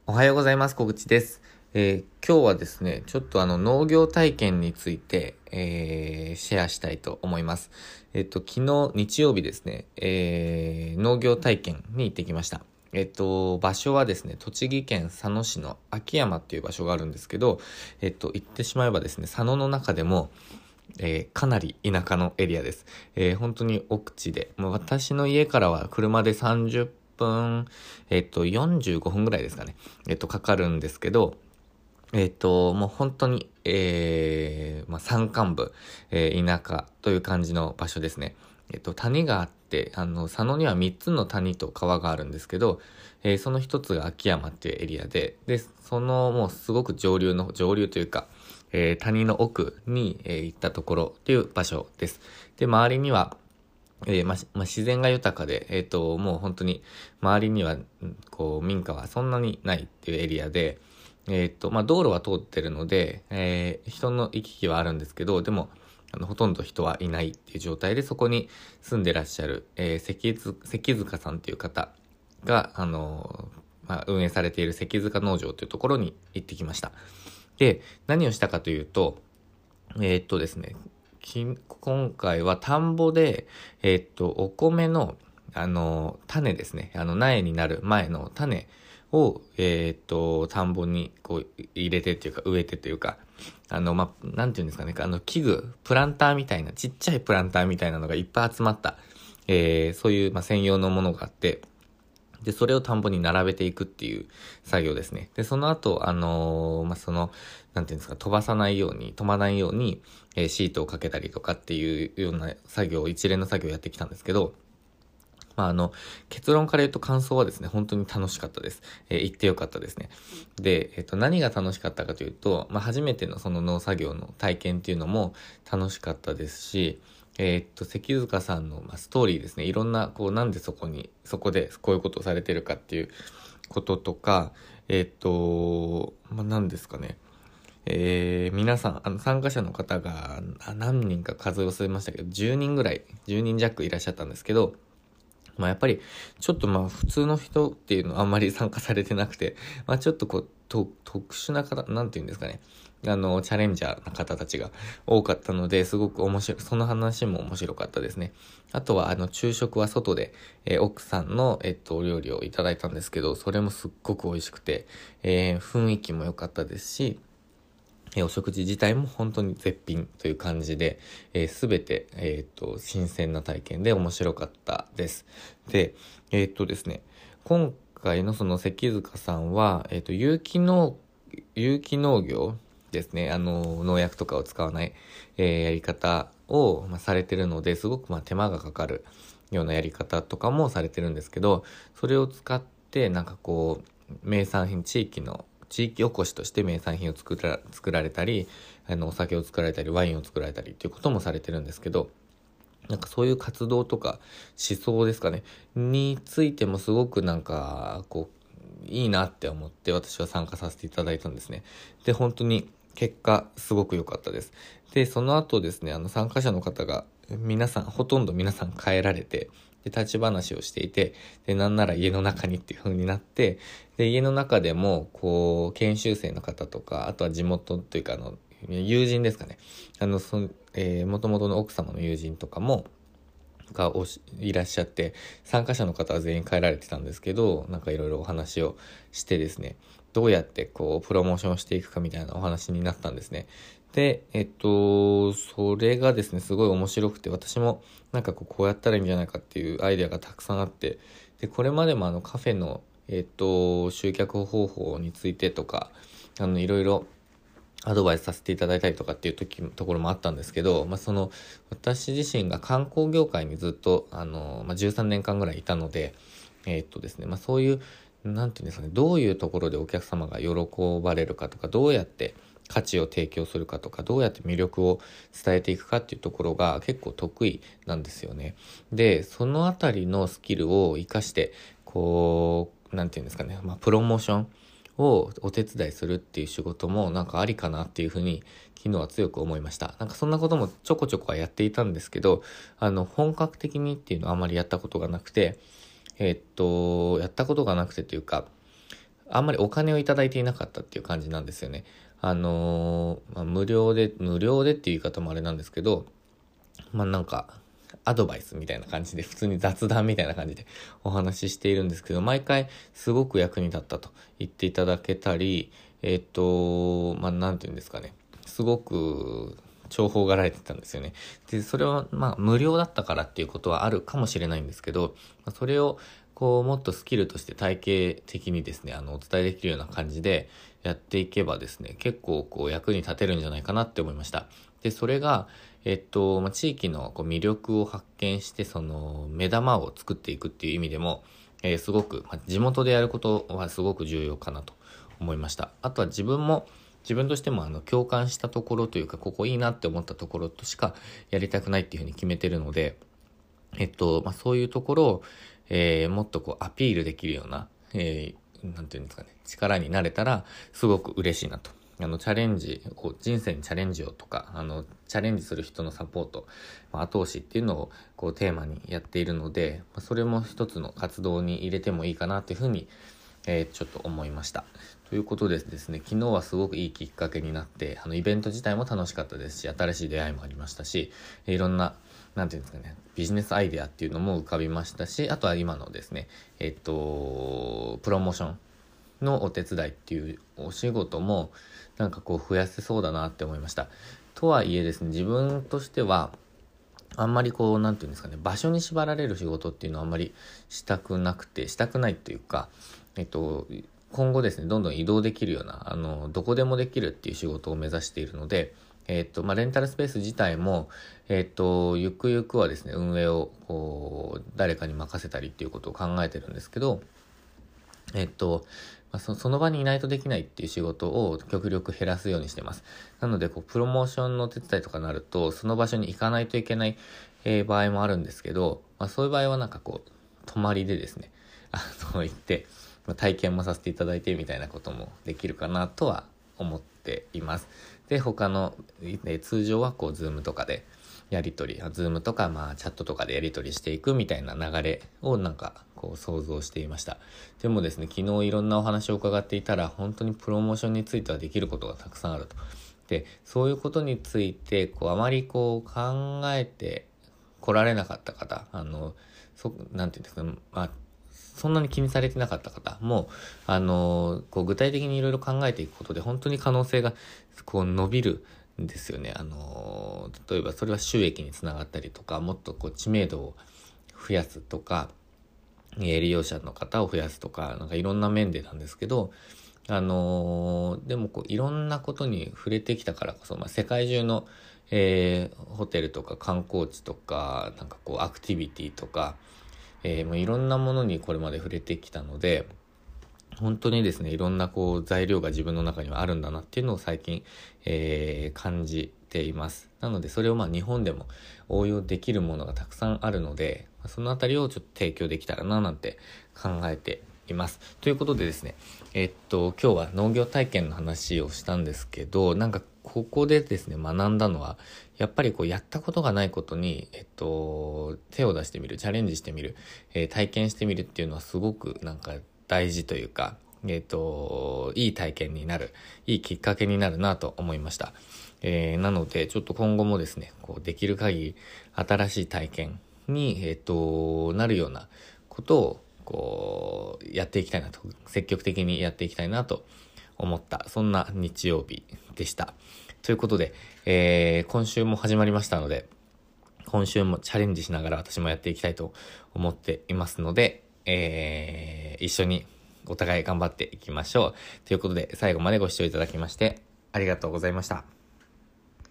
おはようございます。小口です。今日はですね、ちょっと農業体験について、シェアしたいと思います。昨日日曜日ですね、農業体験に行ってきました。場所はですね、栃木県佐野市の秋山っていう場所があるんですけど、行ってしまえばですね、佐野の中でも、かなり田舎のエリアです。本当に奥地で、もう私の家からは車で30分、45分ぐらいですかね、かかるんですけど、もう本当に、山間部、田舎という感じの場所ですね。谷があって、佐野には3つの谷と川があるんですけど、その一つが秋山っていうエリアで、そのもうすごく上流というか、谷の奥に、行ったところっていう場所です。で、周りには、自然が豊かで、もう本当に周りには、民家はそんなにないっていうエリアで、道路は通ってるので、人の行き来はあるんですけど、でも、ほとんど人はいないっていう状態で、そこに住んでらっしゃる、関塚さんっていう方が、運営されている関塚農場というところに行ってきました。で、何をしたかというと、ですね、今回は田んぼで、お米の、種ですね。苗になる前の種を、田んぼにこう入れてっていうか、植えてというか、なんていうんですかね、器具、プランターみたいな、ちっちゃいプランターみたいなのがいっぱい集まった、そういう、専用のものがあって、で、それを田んぼに並べていくっていう作業ですね。で、その後、なんていうんですか、飛ばないように、シートをかけたりとかっていうような一連の作業をやってきたんですけど、結論から言うと感想はですね、本当に楽しかったです。行ってよかったですね。で、何が楽しかったかというと、初めてのその農作業の体験っていうのも楽しかったですし、関塚さんの、ストーリーですね。いろんな、なんでそこでこういうことをされてるかっていうこととか、何ですかね。皆さん、参加者の方が、何人か数え忘れましたけど、10人弱いらっしゃったんですけど、やっぱり、ちょっと普通の人っていうのはあんまり参加されてなくて、ちょっと特殊な方、なんていうんですかね。チャレンジャーな方たちが多かったので、すごくその話も面白かったですね。あとは、昼食は外で、奥さんの、お料理をいただいたんですけど、それもすっごく美味しくて、雰囲気も良かったですし、お食事自体も本当に絶品という感じで、すべて、新鮮な体験で面白かったです。で、ですね、今回のその関塚さんは、有機農業ですね、農薬とかを使わない、やり方を、されてるので、すごく手間がかかるようなやり方とかもされてるんですけど、それを使って、名産品、地域おこしとして名産品を作られたり、お酒を作られたり、ワインを作られたりっていうこともされてるんですけど、そういう活動とか思想ですかね、についてもすごくいいなって思って私は参加させていただいたんですね。で、本当に結果すごく良かったです。で、その後ですね、参加者の方がほとんど皆さん帰られて、で、立ち話をしていて、で、なんなら家の中にっていう風になって、で、家の中でも、研修生の方とか、あとは地元というか、友人ですかね。元々の奥様の友人とかも、いらっしゃって、参加者の方は全員帰られてたんですけど、いろいろお話をしてですね、どうやってプロモーションしていくかみたいなお話になったんですね。で、それがですね、すごい面白くて、私もこうやったらいいんじゃないかっていうアイデアがたくさんあって、で、これまでもカフェの、集客方法についてとか、いろいろアドバイスさせていただいたりとかっていうところもあったんですけど、私自身が観光業界にずっと、13年間ぐらいいたので、ですね、そういう、なんていうんですかね、どういうところでお客様が喜ばれるかとか、どうやって価値を提供するかとか、どうやって魅力を伝えていくかっていうところが結構得意なんですよね。で、そのあたりのスキルを活かして、なんていうんですかね、プロモーションをお手伝いするっていう仕事もありかなっていうふうに昨日は強く思いました。そんなこともちょこちょこはやっていたんですけど、本格的にっていうのはあまりやったことがなくて、やったことがなくてというか、 あんまりお金をいただいていなかったっていう感じなんですよね。無料でっていう言い方もあれなんですけど、なんか、アドバイスみたいな感じで、普通に雑談みたいな感じでお話ししているんですけど、毎回すごく役に立ったと言っていただけたり、なんていうんですかね。すごく重宝がられてたんですよね。で、それは無料だったからっていうことはあるかもしれないんですけど、それをもっとスキルとして体系的にですね、お伝えできるような感じでやっていけばですね、結構役に立てるんじゃないかなって思いました。で、それが、地域の魅力を発見して、その目玉を作っていくっていう意味でも、すごく、地元でやることはすごく重要かなと思いました。あとは自分としても共感したところというか、ここいいなって思ったところとしかやりたくないっていうふうに決めてるので、そういうところを、もっとアピールできるような、なんていうんですかね、力になれたらすごく嬉しいなと。チャレンジを、人生にチャレンジをとか、チャレンジする人のサポート、後押しっていうのをテーマにやっているので、それも一つの活動に入れてもいいかなというふうに、ちょっと思いました。ということでですね、昨日はすごくいいきっかけになって、イベント自体も楽しかったですし、新しい出会いもありましたし、いろんな、なんていうんですかね、ビジネスアイデアっていうのも浮かびましたし、あとは今のですね、プロモーションのお手伝いっていうお仕事も増やせそうだなって思いました。とはいえですね、自分としてはあんまりなんていうんですかね、場所に縛られる仕事っていうのはあんまりしたくないというか、今後ですね、どんどん移動できるような、どこでもできるっていう仕事を目指しているので、レンタルスペース自体も、ゆくゆくはですね、運営を誰かに任せたりっていうことを考えてるんですけど、その場にいないとできないっていう仕事を極力減らすようにしてます。なので、プロモーションの手伝いとかになると、その場所に行かないといけない、場合もあるんですけど、そういう場合は泊まりでですね、行って、体験もさせていただいてみたいなこともできるかなとは思っています。で、他の、通常はZoom とかでやり取り、Zoom とかチャットとかでやり取りしていくみたいな流れを想像していました。でもですね、昨日いろんなお話を伺っていたら、本当にプロモーションについてはできることがたくさんあると。で、そういうことについて、あまり考えて来られなかった方、なんていうんですか、そんなに気にされてなかった方も、具体的にいろいろ考えていくことで、本当に可能性が、伸びるんですよね。例えばそれは収益につながったりとか、もっと知名度を増やすとか、利用者の方を増やすとか、いろんな面でなんですけど、でもいろんなことに触れてきたからこそ、世界中の、ホテルとか観光地とか、アクティビティとか、もういろんなものにこれまで触れてきたので、本当にですね、いろんな材料が自分の中にはあるんだなっていうのを最近、感じています。なのでそれを日本でも応用できるものがたくさんあるので、そのあたりをちょっと提供できたらななんて考えています。ということでですね、今日は農業体験の話をしたんですけど、ここでですね、学んだのは、やっぱりやったことがないことに、手を出してみる、チャレンジしてみる、体験してみるっていうのはすごく大事というか、いい体験になる、いいきっかけになるなと思いました。なので、ちょっと今後もですね、できる限り新しい体験に、なるようなことを、やっていきたいなと、積極的にやっていきたいなと思った、そんな日曜日でした。ということで、今週も始まりましたので、今週もチャレンジしながら私もやっていきたいと思っていますので、一緒にお互い頑張っていきましょう。ということで、最後までご視聴いただきましてありがとうございました。